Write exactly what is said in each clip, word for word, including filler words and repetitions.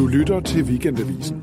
Du lytter til Weekendavisen.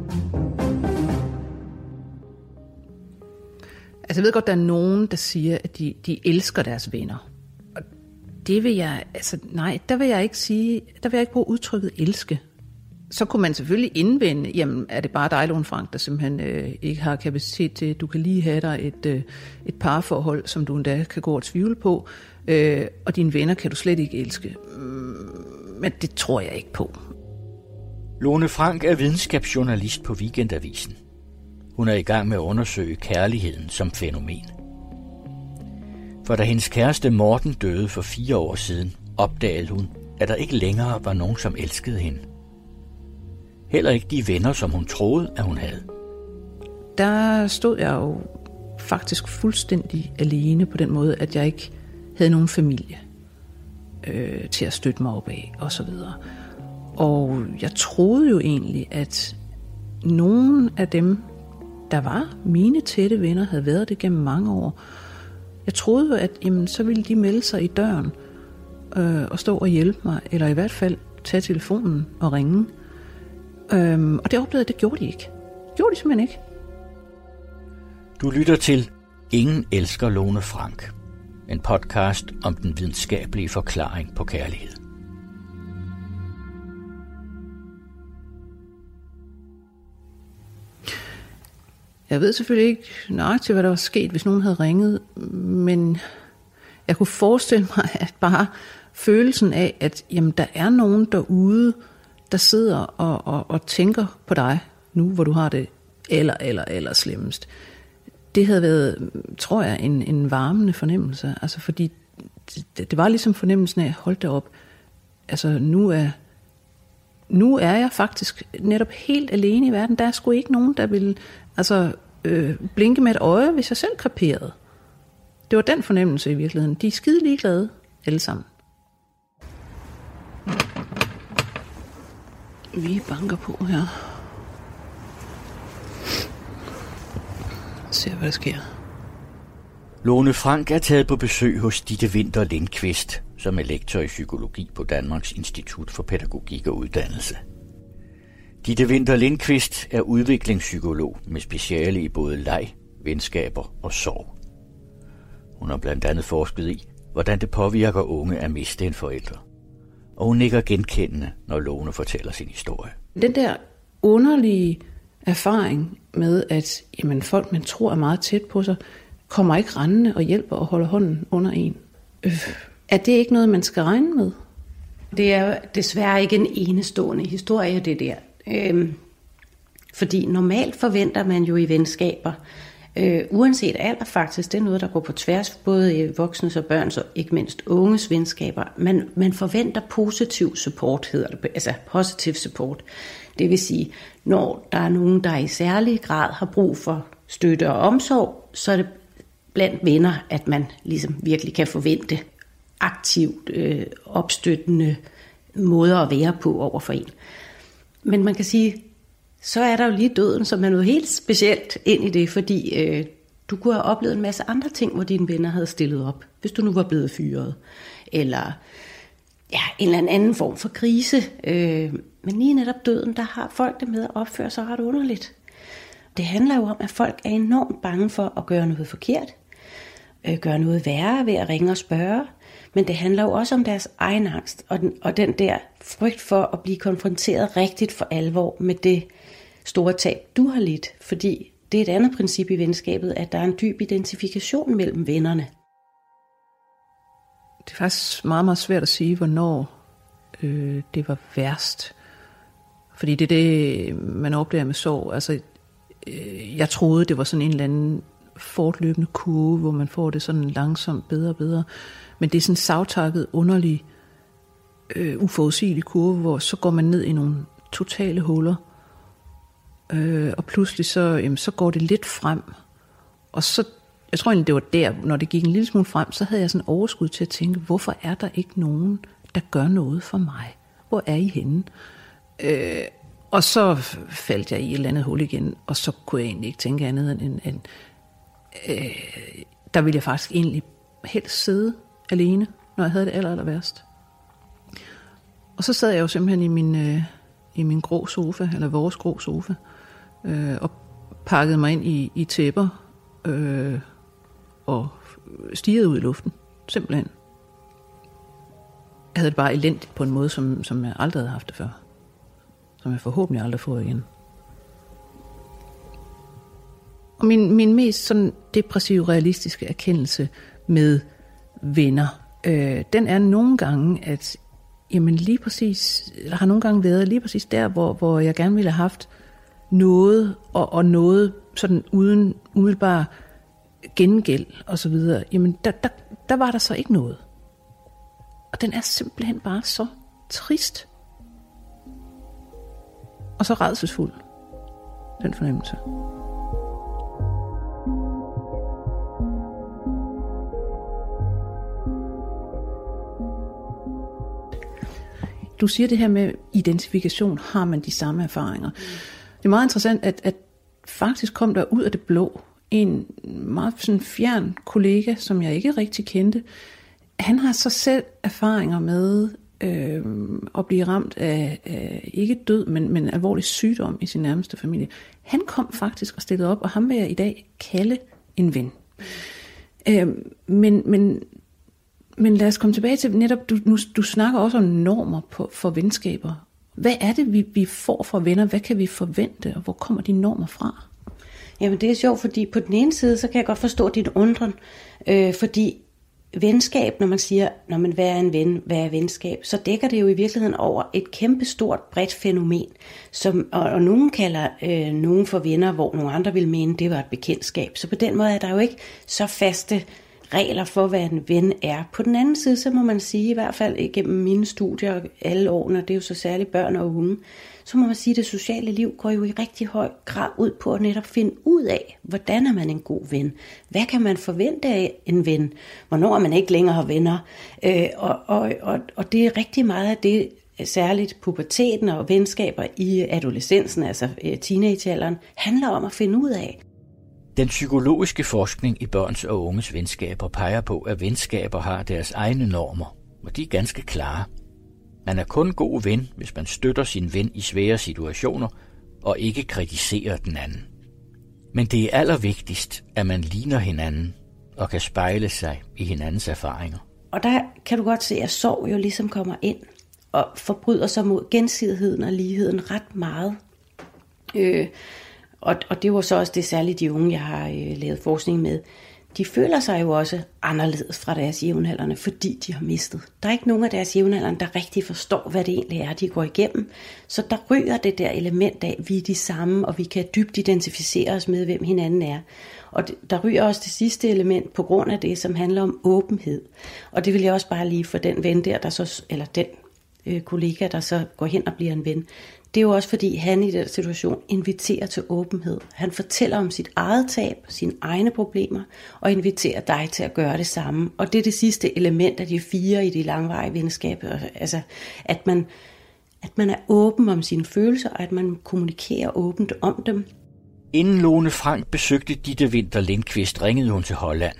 Altså jeg ved godt, der er nogen, der siger, at de, de elsker deres venner. Og det vil jeg, altså nej, der vil jeg ikke sige, der vil jeg ikke bruge udtrykket elske. Så kunne man selvfølgelig indvende, jamen er det bare dig, Lone Frank, der simpelthen øh, ikke har kapacitet til, du kan lige have dig et, øh, et parforhold, som du endda kan gå og tvivle på, øh, og dine venner kan du slet ikke elske. Men det tror jeg ikke på. Lone Frank er videnskabsjournalist på Weekendavisen. Hun er i gang med at undersøge kærligheden som fænomen. For da hendes kæreste Morten døde for fire år siden, opdagede hun, at der ikke længere var nogen, som elskede hende. Heller ikke de venner, som hun troede, at hun havde. Der stod jeg jo faktisk fuldstændig alene på den måde, at jeg ikke havde nogen familie øh, til at støtte mig op af, og så videre. Og jeg troede jo egentlig, at nogen af dem, der var mine tætte venner, havde været det gennem mange år. Jeg troede jo, at jamen, så ville de melde sig i døren øh, og stå og hjælpe mig, eller i hvert fald tage telefonen og ringe. Øhm, og det oplevede jeg, det gjorde de ikke. Det gjorde de simpelthen ikke. Du lytter til Ingen elsker Lone Frank. En podcast om den videnskabelige forklaring på kærlighed. Jeg ved selvfølgelig ikke nøjagtigt, hvad der var sket, hvis nogen havde ringet, men jeg kunne forestille mig, at bare følelsen af, at jamen, der er nogen derude, der sidder og, og, og tænker på dig, nu hvor du har det eller, eller, eller slemmest. Det havde været, tror jeg, en, en varmende fornemmelse. Altså fordi det, det var ligesom fornemmelsen af, hold da op, altså nu er, nu er jeg faktisk netop helt alene i verden. Der er sgu ikke nogen, der vil altså, øh, blinke med et øje, hvis jeg selv kreperede. Det var den fornemmelse i virkeligheden. De er skide ligeglade, alle sammen. Vi banker på her. Se hvad der sker. Lone Frank er taget på besøg hos Ditte Winther Lindqvist, som er lektor i psykologi på Danmarks Institut for Pædagogik og Uddannelse. Ditte Winther Lindqvist er udviklingspsykolog med speciale i både leg, venskaber og sorg. Hun har blandt andet forsket i, hvordan det påvirker unge at miste en forælder. Og hun nikker genkendende, når Lone fortæller sin historie. Den der underlige erfaring med, at jamen, folk, man tror er meget tæt på sig, kommer ikke rendende og hjælper og holder hånden under en. Øh, er det ikke noget, man skal regne med? Det er jo desværre ikke en enestående historie, det der. Øhm, fordi normalt forventer man jo i venskaber, øh, uanset alder faktisk, det er noget, der går på tværs, både i voksnes og børns og ikke mindst unges venskaber. Man, man forventer positiv support, hedder det, altså positiv support. Det vil sige, når der er nogen, der i særlig grad har brug for støtte og omsorg, så er det blandt venner, at man ligesom virkelig kan forvente aktivt øh, opstøttende måder at være på over for en. Men man kan sige, så er der jo lige døden, som er noget helt specielt ind i det, fordi øh, du kunne have oplevet en masse andre ting, hvor dine venner havde stillet op, hvis du nu var blevet fyret, eller ja, en eller anden form for krise. Øh, men lige netop døden, der har folk det med at opføre sig ret underligt. Det handler jo om, at folk er enormt bange for at gøre noget forkert, øh, gøre noget værre ved at ringe og spørge, men det handler jo også om deres egen angst, og den, og den der frygt for at blive konfronteret rigtigt for alvor med det store tab, du har lidt. Fordi det er et andet princip i venskabet, at der er en dyb identifikation mellem vennerne. Det er faktisk meget, meget svært at sige, hvornår øh, det var værst. Fordi det er det, man oplever med sorg. Altså, øh, jeg troede, det var sådan en eller anden fortløbende kurve, hvor man får det sådan langsomt bedre og bedre. Men det er sådan en savtakket, underlig, øh, uforudsigelig kurve, hvor så går man ned i nogle totale huller. Øh, og pludselig så, jamen, så går det lidt frem. Og så, jeg tror egentlig, det var der, når det gik en lille smule frem, så havde jeg sådan overskud til at tænke, hvorfor er der ikke nogen, der gør noget for mig? Hvor er I henne? Øh, og så faldt jeg i et eller andet hul igen, og så kunne jeg egentlig ikke tænke andet end, end øh, der ville jeg faktisk egentlig helst sidde alene, når jeg havde det aller, aller værst. Og så sad jeg jo simpelthen i min, øh, i min grå sofa, eller vores grå sofa, øh, og pakkede mig ind i, i tæpper, øh, og stirrede ud i luften, simpelthen. Jeg havde det bare elendigt på en måde, som, som jeg aldrig havde haft det før. Som jeg forhåbentlig aldrig får igen. Og min, min mest sådan depressive, realistiske erkendelse med venner, øh, den er nogle gange, at jamen lige præcis, der har nogle gange været lige præcis der, hvor, hvor jeg gerne ville have haft noget, og, og noget sådan uden umiddelbar gengæld og så videre. Jamen der, der, der var der så ikke noget. Og den er simpelthen bare så trist. Og så rædselsfuld, den fornemmelse. Du siger det her med identifikation, har man de samme erfaringer. Det er meget interessant, at, at faktisk kom der ud af det blå en meget sådan fjern kollega, som jeg ikke rigtig kendte. Han har så selv erfaringer med øh, at blive ramt af, af ikke død, men, men alvorlig sygdom i sin nærmeste familie. Han kom faktisk og stillede op, og ham vil jeg i dag kalde en ven. Øh, men, men, men lad os komme tilbage til netop, du, nu, du snakker også om normer på, for venskaber. Hvad er det, vi, vi får fra venner? Hvad kan vi forvente, og hvor kommer de normer fra? Jamen det er sjovt, fordi på den ene side, så kan jeg godt forstå dit undren, øh, fordi venskab, når man siger, når man hvad er en ven, hvad er venskab, så dækker det jo i virkeligheden over et kæmpestort, bredt fænomen, som, og, og nogen kalder øh, nogen for venner, hvor nogle andre vil mene, det var et bekendtskab. Så på den måde er der jo ikke så faste regler for, hvad en ven er. På den anden side, så må man sige, i hvert fald igennem mine studier alle årene, det er jo så særligt børn og unge, så må man sige, at det sociale liv går jo i rigtig høj grad ud på at netop finde ud af, hvordan er man en god ven? Hvad kan man forvente af en ven? Hvornår er man ikke længere har venner? Øh, og, og, og, og det er rigtig meget af det, særligt puberteten og venskaber i adolescensen, altså teenagealderen, handler om at finde ud af. Den psykologiske forskning i børns og unges venskaber peger på, at venskaber har deres egne normer, og de er ganske klare. Man er kun god ven, hvis man støtter sin ven i svære situationer og ikke kritiserer den anden. Men det er allervigtigst, at man ligner hinanden og kan spejle sig i hinandens erfaringer. Og der kan du godt se, at sorg jo ligesom kommer ind og forbryder sig mod gensidigheden og ligheden ret meget. Øh, og, og det var så også det særligt de unge, jeg har øh, lavet forskning med. De føler sig jo også anderledes fra deres jævnaldrende, fordi de har mistet. Der er ikke nogen af deres jævnaldrende, der rigtig forstår, hvad det egentlig er, de går igennem. Så der ryger det der element af, at vi er de samme, og vi kan dybt identificere os med, hvem hinanden er. Og der ryger også det sidste element på grund af det, som handler om åbenhed. Og det vil jeg også bare lige for den ven der, der så, eller den øh, kollega, der så går hen og bliver en ven. Det er jo også fordi, han i den situation inviterer til åbenhed. Han fortæller om sit eget tab, sine egne problemer, og inviterer dig til at gøre det samme. Og det er det sidste element af de fire i de langvarige venskaber. Altså, at man, at man er åben om sine følelser, og at man kommunikerer åbent om dem. Inden Lone Frank besøgte Ditte Winther Lindqvist, ringede hun til Holland.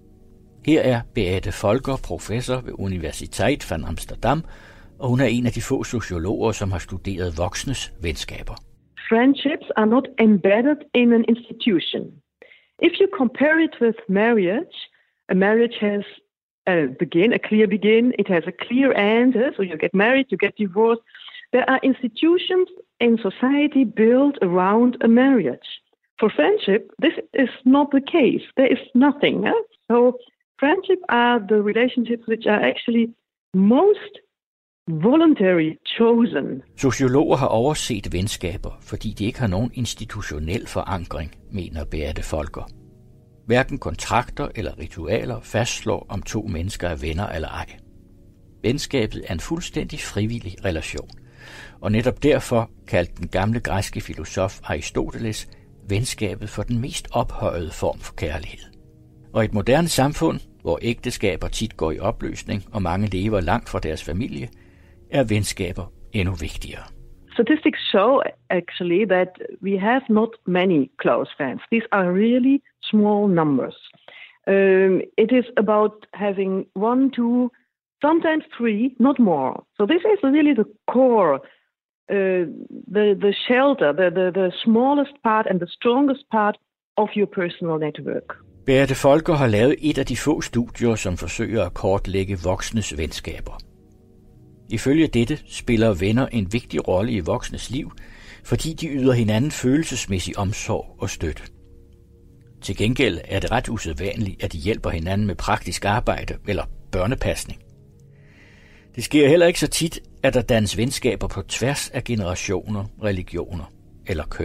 Her er Beate Folker, professor ved Universiteit van Amsterdam, og hun er en af de få sociologer, som har studeret voksnes venskaber. Friendships are not embedded in an institution. If you compare it with marriage, a marriage has a begin, a clear begin, it has a clear end, so you get married, you get divorced. There are institutions in society built around a marriage. For friendship, this is not the case. There is nothing. Eh? So friendship are the relationships which are actually most voluntary chosen. Sociologer har overset venskaber, fordi de ikke har nogen institutionel forankring, mener Beate Folker. Hverken kontrakter eller ritualer fastslår, om to mennesker er venner eller ej. Venskabet er en fuldstændig frivillig relation, og netop derfor kaldte den gamle græske filosof Aristoteles venskabet for den mest ophøjede form for kærlighed. Og i et moderne samfund, hvor ægteskaber tit går i opløsning og mange lever langt fra deres familie, er venskaber endnu vigtigere. Statistics show actually that we have not many close friends. These are really small numbers. Um, it is about having one, two, sometimes three, not more. So this is really the core uh, the, the shelter, the, the, the smallest part and the strongest part of your personal network. Beate Folker har lavet et af de få studier, som forsøger at kortlægge voksnes venskaber. Ifølge dette spiller venner en vigtig rolle i voksnes liv, fordi de yder hinanden følelsesmæssig omsorg og støtte. Til gengæld er det ret usædvanligt, at de hjælper hinanden med praktisk arbejde eller børnepasning. Det sker heller ikke så tit, at der dannes venskaber på tværs af generationer, religioner eller køn.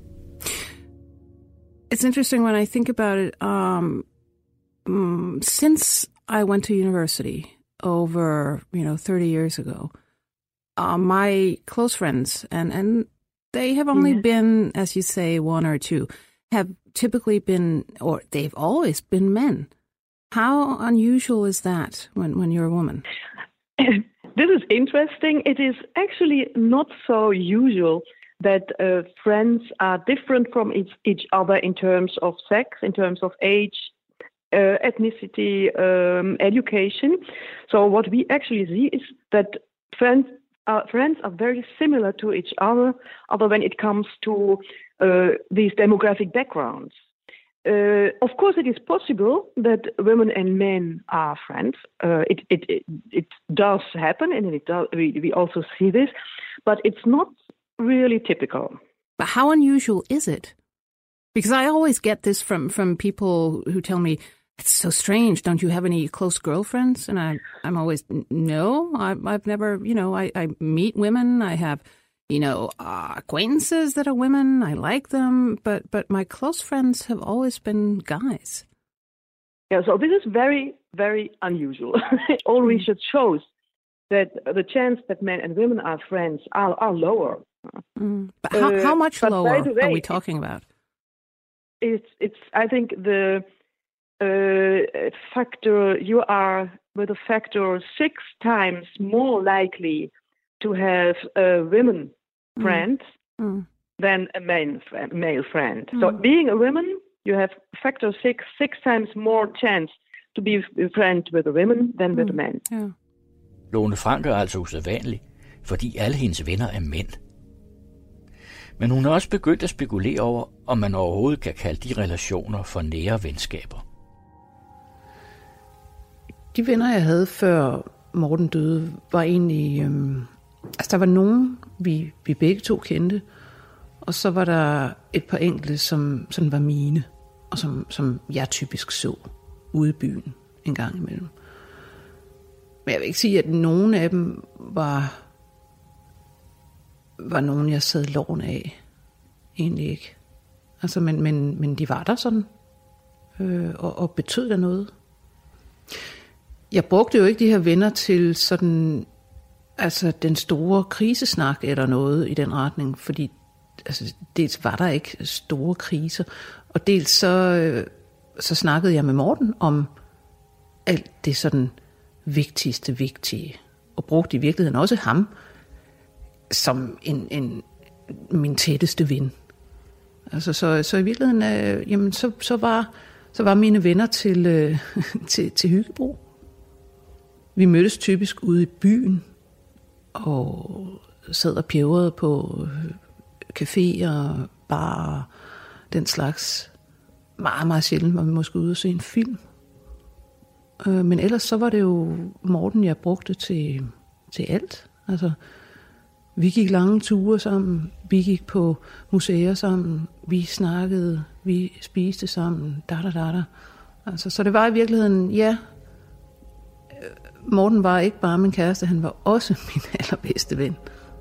It's interesting when I think about it. Um, um, since I went to university over, you know, thirty years ago, uh, my close friends, and, and they have only yeah. been, as you say, one or two, have typically been, or they've always been men. How unusual is that when, when you're a woman? This is interesting. It is actually not so usual that uh, friends are different from each, each other in terms of sex, in terms of age, uh, ethnicity, um, education. So what we actually see is that friends are, friends are very similar to each other, other when it comes to uh, these demographic backgrounds. Uh, of course, it is possible that women and men are friends. Uh, it, it, it, it does happen, and it does, we, we also see this, but it's not really typical. But how unusual is it? Because I always get this from, from people who tell me, it's so strange, don't you have any close girlfriends? And I, I'm always, no, I, I've never, you know, I, I meet women, I have, you know, uh, acquaintances that are women, I like them, but, but my close friends have always been guys. Yeah, so this is very, very unusual. All research shows that the chance that men and women are friends are, are lower. Mm. But how, uh, how much but lower way, are we talking about? It's, it's. I think the uh, factor, you are with a factor six times more likely to have a women mm. friend mm. than a male friend. Male friend. Mm. So being a woman, you have factor six, six times more chance to be a friend with a woman than mm. with a man. Yeah. Lone Frank er altså usædvanlig, fordi alle hendes venner er mænd. Men hun har også begyndt at spekulere over, om man overhovedet kan kalde de relationer for nære venskaber. De venner, jeg havde før Morten døde, var egentlig... Øhm, altså, der var nogen, vi, vi begge to kendte, og så var der et par enkelte, som sådan var mine, og som, som jeg typisk så ude i byen en gang imellem. Men jeg vil ikke sige, at nogen af dem var... var nogen, jeg sad loven af. Egentlig ikke. Altså, men, men, men de var der sådan. Øh, og, og betød der noget. Jeg brugte jo ikke de her venner til sådan, altså den store krisesnak eller noget i den retning, fordi altså, dels var der ikke store kriser, og dels så, øh, så snakkede jeg med Morten om alt det sådan vigtigste vigtige, og brugte i virkeligheden også ham som en, en min tætteste ven. Altså så, så i virkeligheden, øh, jamen så, så var så var mine venner til øh, til, til hyggebrug. Vi mødtes typisk ude i byen og sad og pjævrede på caféer, barer, den slags. Meget, meget sjældent var vi måske ude og se en film. Øh, men ellers så var det jo Morten, jeg brugte til, til alt. Altså vi gik lange ture sammen, vi gik på museer sammen, vi snakkede, vi spiste sammen, da da da da. Altså, så det var i virkeligheden, ja, Morten var ikke bare min kæreste, han var også min allerbedste ven.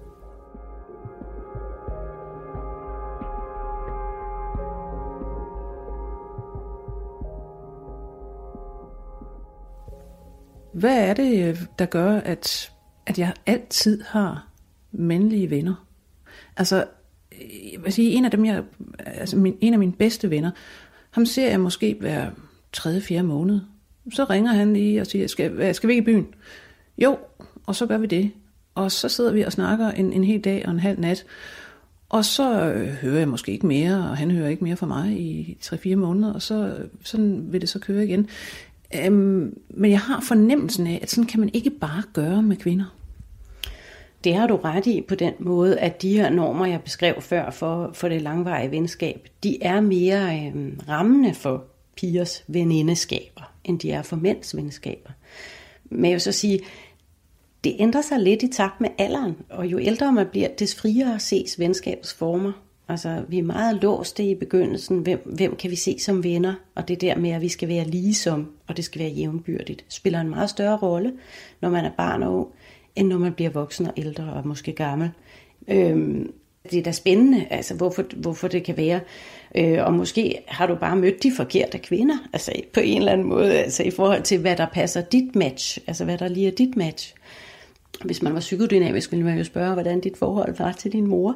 Hvad er det, der gør, at, at jeg altid har mandlige venner? Altså, jeg vil sige, en af dem, jeg, altså min, en af mine bedste venner, ham ser jeg måske hver tredje, fjerde måned. Så ringer han lige og siger, skal, skal vi ikke i byen? Jo, og så gør vi det. Og så sidder vi og snakker en, en hel dag og en halv nat. Og så øh, hører jeg måske ikke mere, og han hører ikke mere fra mig i tre fire måneder, og så sådan vil det så køre igen. Øhm, men jeg har fornemmelsen af, at sådan kan man ikke bare gøre med kvinder. det har du ret i på den måde, at de her normer, jeg beskrev før for, for det langvarige venskab, de er mere øh, rammende for pigers venindeskaber, end de er for mænds venskaber. Men jeg vil så sige, det ændrer sig lidt i takt med alderen, og jo ældre man bliver, des friere ses venskabets former. Altså, vi er meget låste i begyndelsen, hvem, hvem kan vi se som venner, og det der med, at vi skal være ligesom, og det skal være jævnbyrdigt, spiller en meget større rolle, når man er barn og ung, end når man bliver voksen og ældre og måske gammel. Øhm, det er da spændende, altså hvorfor, hvorfor det kan være. Øh, og måske har du bare mødt de forkerte kvinder, altså på en eller anden måde, altså i forhold til, hvad der passer dit match, altså hvad der lige er dit match. Hvis man var psykodynamisk, ville man jo spørge, hvordan dit forhold var til din mor.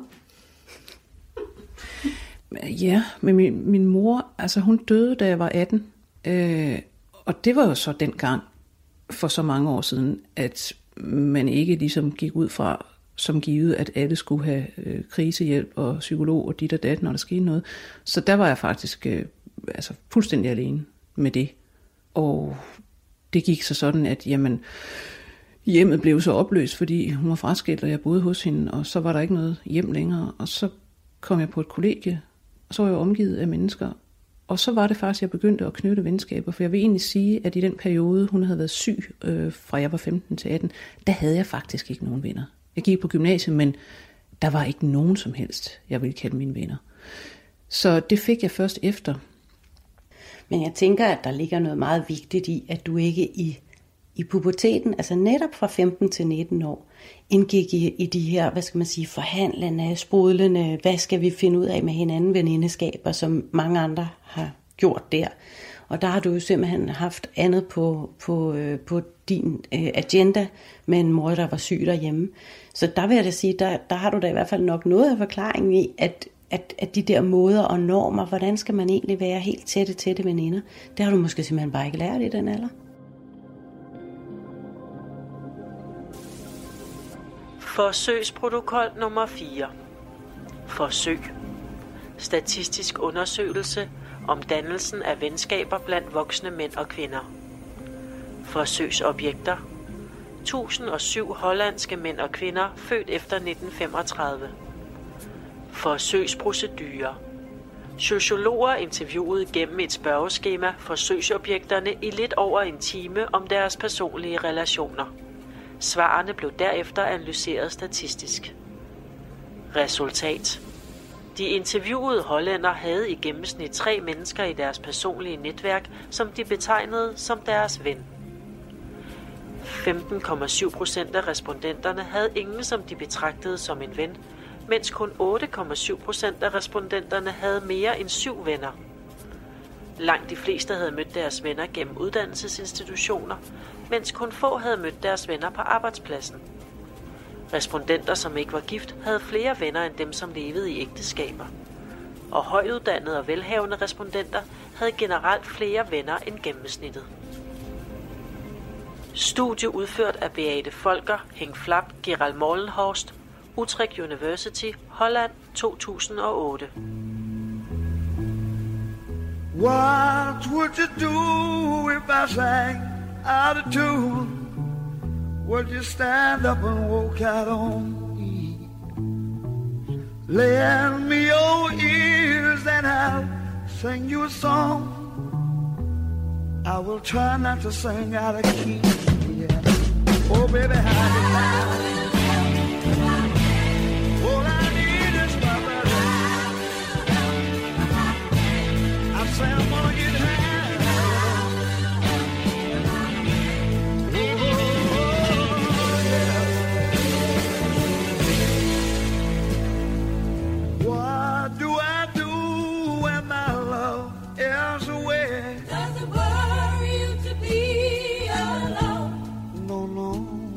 Ja, men min, min mor, altså hun døde, da jeg var atten. Øh, og det var jo så dengang, for så mange år siden, at man ikke ligesom gik ud fra som givet, at alle skulle have øh, krisehjælp og psykolog og dit og dat, når der skete noget. Så der var jeg faktisk øh, altså fuldstændig alene med det. Og det gik så sådan, at jamen, hjemmet blev så opløst, fordi hun var fraskilt, og jeg boede hos hende, og så var der ikke noget hjem længere. Og så kom jeg på et kollegie, og så var jeg omgivet af mennesker. Og så var det faktisk, jeg begyndte at knytte venskaber, for jeg vil egentlig sige, at i den periode, hun havde været syg, øh, fra jeg var femten til atten, der havde jeg faktisk ikke nogen venner. Jeg gik på gymnasiet, men der var ikke nogen som helst, jeg ville kalde mine venner. Så det fik jeg først efter. Men jeg tænker, at der ligger noget meget vigtigt i, at du ikke i, i puberteten, altså netop fra femten til nitten år, indgik i, i de her, hvad skal man sige, forhandlende, sprudlende, hvad skal vi finde ud af med hinanden, venindeskaber, som mange andre har gjort der. Og der har du jo simpelthen haft andet på, på, øh, på din øh, agenda med en mor, der var syg derhjemme. Så der vil jeg da sige, der, der har du da i hvert fald nok noget af forklaringen i, at, at, at de der måder og normer, hvordan skal man egentlig være helt tætte, tætte veninder, det har du måske simpelthen bare ikke lært i den alder. Forsøgsprotokol nummer fire. Forsøg. Statistisk undersøgelse om dannelsen af venskaber blandt voksne mænd og kvinder. Forsøgsobjekter. tusind og syv hollandske mænd og kvinder født efter nitten femogtredive. Forsøgsprocedurer. Sociologer interviewede gennem et spørgeskema forsøgsobjekterne i lidt over en time om deres personlige relationer. Svarene blev derefter analyseret statistisk. Resultat. De interviewede hollænder havde i gennemsnit tre mennesker i deres personlige netværk, som de betegnede som deres ven. femten komma syv procent af respondenterne havde ingen, som de betragtede som en ven, mens kun otte komma syv procent af respondenterne havde mere end syv venner. Langt de fleste havde mødt deres venner gennem uddannelsesinstitutioner, mens kun få havde mødt deres venner på arbejdspladsen. Respondenter, som ikke var gift, havde flere venner end dem, som levede i ægteskaber. Og højtuddannede og velhavende respondenter havde generelt flere venner end gennemsnittet. Studie udført af Beate Folker, Henk Flap, Gerald Molenhorst, Utrecht University, Holland, to tusind og otte. What would you do if I sang out of tune? Would you stand up and walk out on me? Lend me your ears and I'll sing you a song. I will try not to sing out of key. Yeah. Oh, baby, how do you all I need is my brother. I say I'm gonna get high. Oh, yeah. What do I do when my love is away? Does it worry you to be alone? No, no.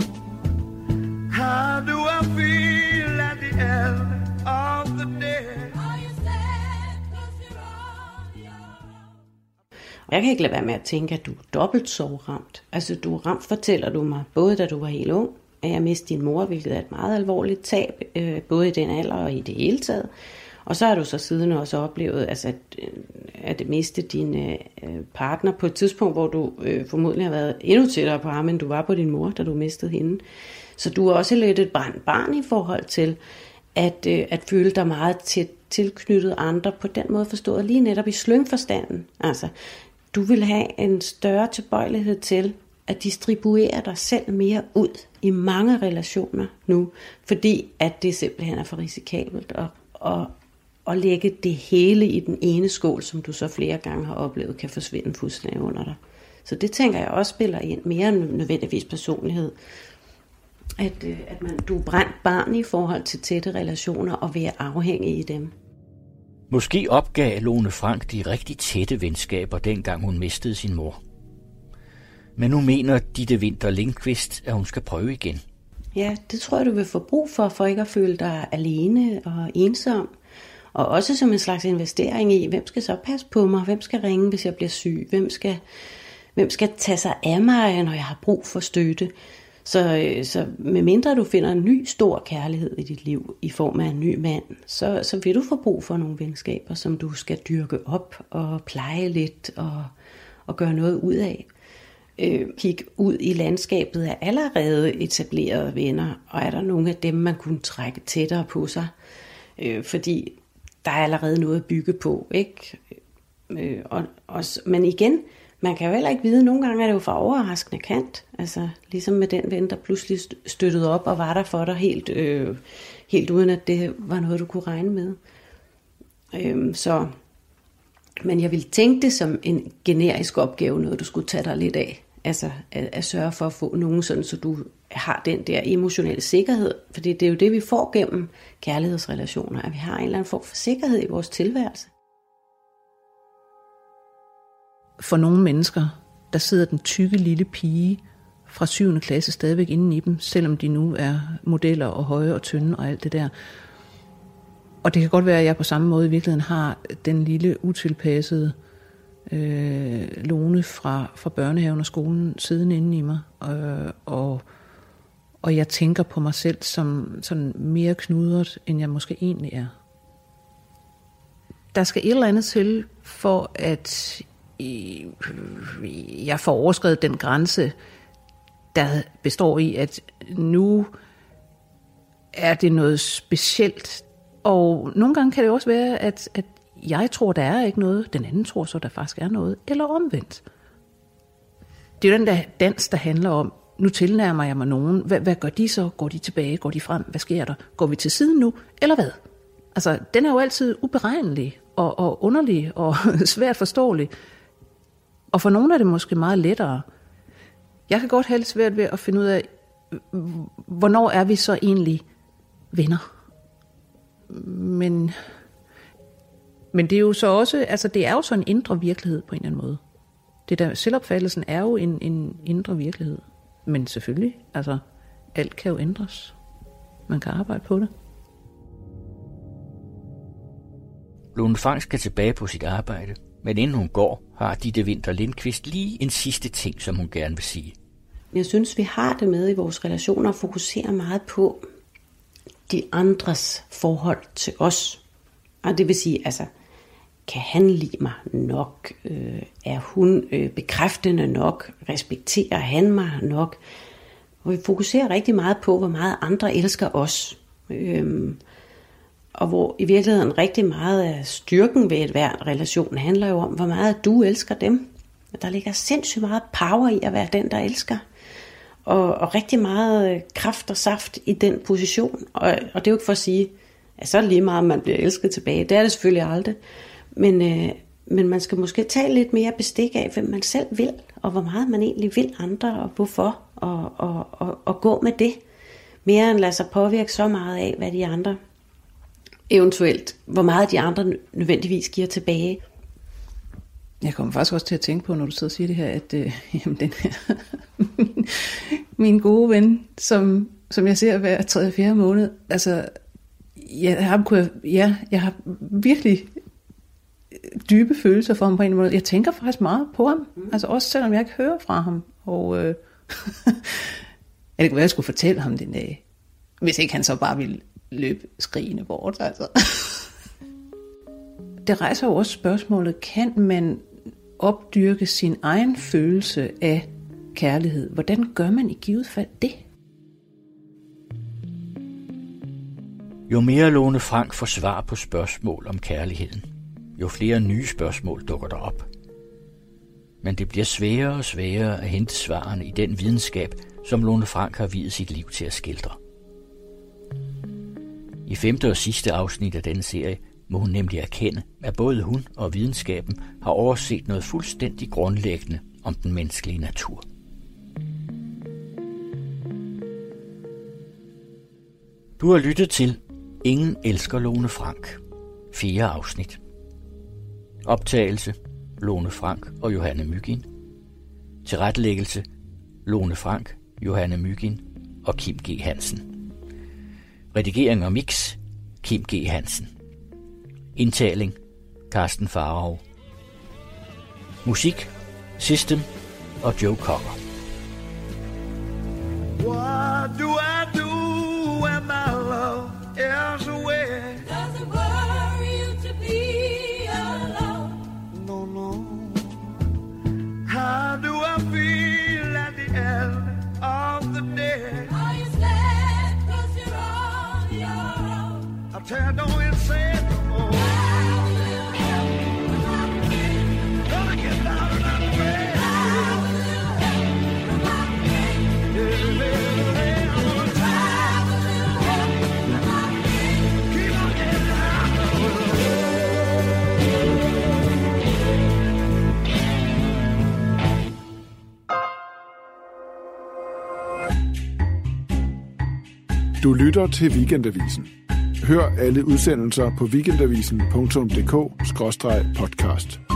How do I feel at the end of the day? Are you sad 'cause you're on your own? Og jeg kan ikke lade være med at tænke, at du er dobbelt sorgramt. Altså du er ramt, fortæller du mig, både da du var helt ung, at jeg mistede din mor, hvilket er et meget alvorligt tab, øh, både i den alder og i det hele taget. Og så har du så siden også oplevet, altså, at, at miste din øh, partner på et tidspunkt, hvor du øh, formodentlig har været endnu tættere på ham, end du var på din mor, da du mistede hende. Så du er også lidt et brændt barn i forhold til at, øh, at føle dig meget tæt tilknyttet andre, på den måde forstået lige netop i slyngforstanden. Altså, du vil have en større tilbøjelighed til at distribuere dig selv mere ud i mange relationer nu, fordi at det simpelthen er for risikabelt at, at, at lægge det hele i den ene skål, som du så flere gange har oplevet, kan forsvinde fuldstændig under dig. Så det tænker jeg også spiller ind mere end nødvendigvis personlighed. At, at man, du er brændt barn i forhold til tætte relationer og være afhængig i dem. Måske opgav Lone Frank de rigtig tætte venskaber, dengang hun mistede sin mor. Men nu mener Ditte Winther Lindqvist, at hun skal prøve igen. Ja, det tror jeg, du vil få brug for, for ikke at føle dig alene og ensom. Og også som en slags investering i, hvem skal så passe på mig? Hvem skal ringe, hvis jeg bliver syg? Hvem skal, hvem skal tage sig af mig, når jeg har brug for støtte? Så, så medmindre du finder en ny stor kærlighed i dit liv i form af en ny mand, så, så vil du få brug for nogle venskaber, som du skal dyrke op og pleje lidt og, og gøre noget ud af. Øh, kig ud i landskabet af allerede etablerede venner, og er der nogle af dem, man kunne trække tættere på sig, øh, fordi der er allerede noget at bygge på, ikke? Øh, og, og, men igen, man kan jo heller ikke vide, nogle gange er det jo fra overraskende kant, altså ligesom med den ven, der pludselig støttede op og var der for dig helt, øh, helt uden at det var noget, du kunne regne med. Øh, så, men jeg ville tænke det som en generisk opgave, noget du skulle tage dig lidt af. Altså at, at sørge for at få nogen sådan, så du har den der emotionelle sikkerhed. Fordi det er jo det, vi får gennem kærlighedsrelationer, at vi har en eller anden form for sikkerhed i vores tilværelse. For nogle mennesker, der sidder den tykke lille pige fra syvende klasse stadigvæk inde i dem, selvom de nu er modeller og høje og tynde og alt det der. Og det kan godt være, at jeg på samme måde i virkeligheden har den lille utilpassede øh, Lone fra, fra børnehaven og skolen siddende inde i mig. Øh, og, og jeg tænker på mig selv som sådan mere knudret, end jeg måske egentlig er. Der skal et eller andet til, for at jeg får overskredet den grænse, der består i, at nu er det noget specielt. Og nogle gange kan det også være, at, at jeg tror, der er ikke noget, den anden tror så, der faktisk er noget, eller omvendt. Det er jo den der dans, der handler om, nu tilnærmer jeg mig nogen. Hvad, hvad gør de så? Går de tilbage? Går de frem? Hvad sker der? Går vi til siden nu? Eller hvad? Altså, den er jo altid uberegnelig og, og underlig og svært forståelig. Og for nogle er det måske meget lettere. Jeg kan godt have lidt svært ved at finde ud af, hvornår er vi så egentlig venner. Men, men det er jo så også, altså det er jo så en indre virkelighed på en eller anden måde. Det der selvopfattelsen er jo en, en indre virkelighed. Men selvfølgelig, altså alt kan jo ændres. Man kan arbejde på det. Lone Frank skal tilbage på sit arbejde, men inden hun går, har Ditte Winther Lindqvist lige en sidste ting, som hun gerne vil sige. Jeg synes, vi har det med i vores relationer at fokusere meget på de andres forhold til os. Og det vil sige, altså, kan han lide mig nok? Øh, er hun øh, bekræftende nok? Respekterer han mig nok? Og vi fokuserer rigtig meget på, hvor meget andre elsker os. Øh, og hvor i virkeligheden rigtig meget af styrken ved et hver relation handler jo om, hvor meget du elsker dem. Der ligger sindssygt meget power i at være den, der elsker. Og, og rigtig meget kraft og saft i den position. Og, og det er jo ikke for at sige, at så er det lige meget, om man bliver elsket tilbage. Det er det selvfølgelig aldrig. Men, øh, men man skal måske tage lidt mere bestik af, hvem man selv vil, og hvor meget man egentlig vil andre, og hvorfor, og, og, og, og gå med det. Mere end lade sig påvirke så meget af, hvad de andre eventuelt, hvor meget de andre nødvendigvis giver tilbage. Jeg kommer faktisk også til at tænke på, når du sidder og siger det her, at øh, jamen, den her min, min gode ven, som, som jeg ser hver tredje fjerde måned, altså, jeg, ham kunne jeg, ja, jeg har virkelig dybe følelser for ham på en måde. Jeg tænker faktisk meget på ham, mm. altså også selvom jeg ikke hører fra ham. Og øh, det kunne være, at jeg skulle fortælle ham den dag, hvis ikke han så bare ville løbe skrigende bort, altså. det rejser jo også spørgsmålet, kan man opdyrke sin egen følelse af kærlighed? Hvordan gør man i givet fald det? Jo mere Lone Frank får svar på spørgsmål om kærligheden, jo flere nye spørgsmål dukker der op. Men det bliver sværere og sværere at hente svarene i den videnskab, som Lone Frank har viet sit liv til at skildre. I femte og sidste afsnit af denne serie må hun nemlig erkende, at både hun og videnskaben har overset noget fuldstændig grundlæggende om den menneskelige natur. Du har lyttet til Ingen elsker Lone Frank. Fire afsnit. Optagelse Lone Frank og Johanne Mygin. Tilrettelæggelse Lone Frank, Johanne Mygin og Kim G. Hansen. Redigering og mix Kim G. Hansen. Indtaling Carsten Farov. Musik System og Joe Cocker. What do I do when my love is away? Does it worry you to be alone? No, no. How do I feel at the end of the day? Are you sad 'cause you're on your own? I tell you, don't you say it no more. Gonna get down and out of the way. Du lytter til Weekendavisen. Hør alle udsendelser på weekendavisen punktum d k skråstreg podcast.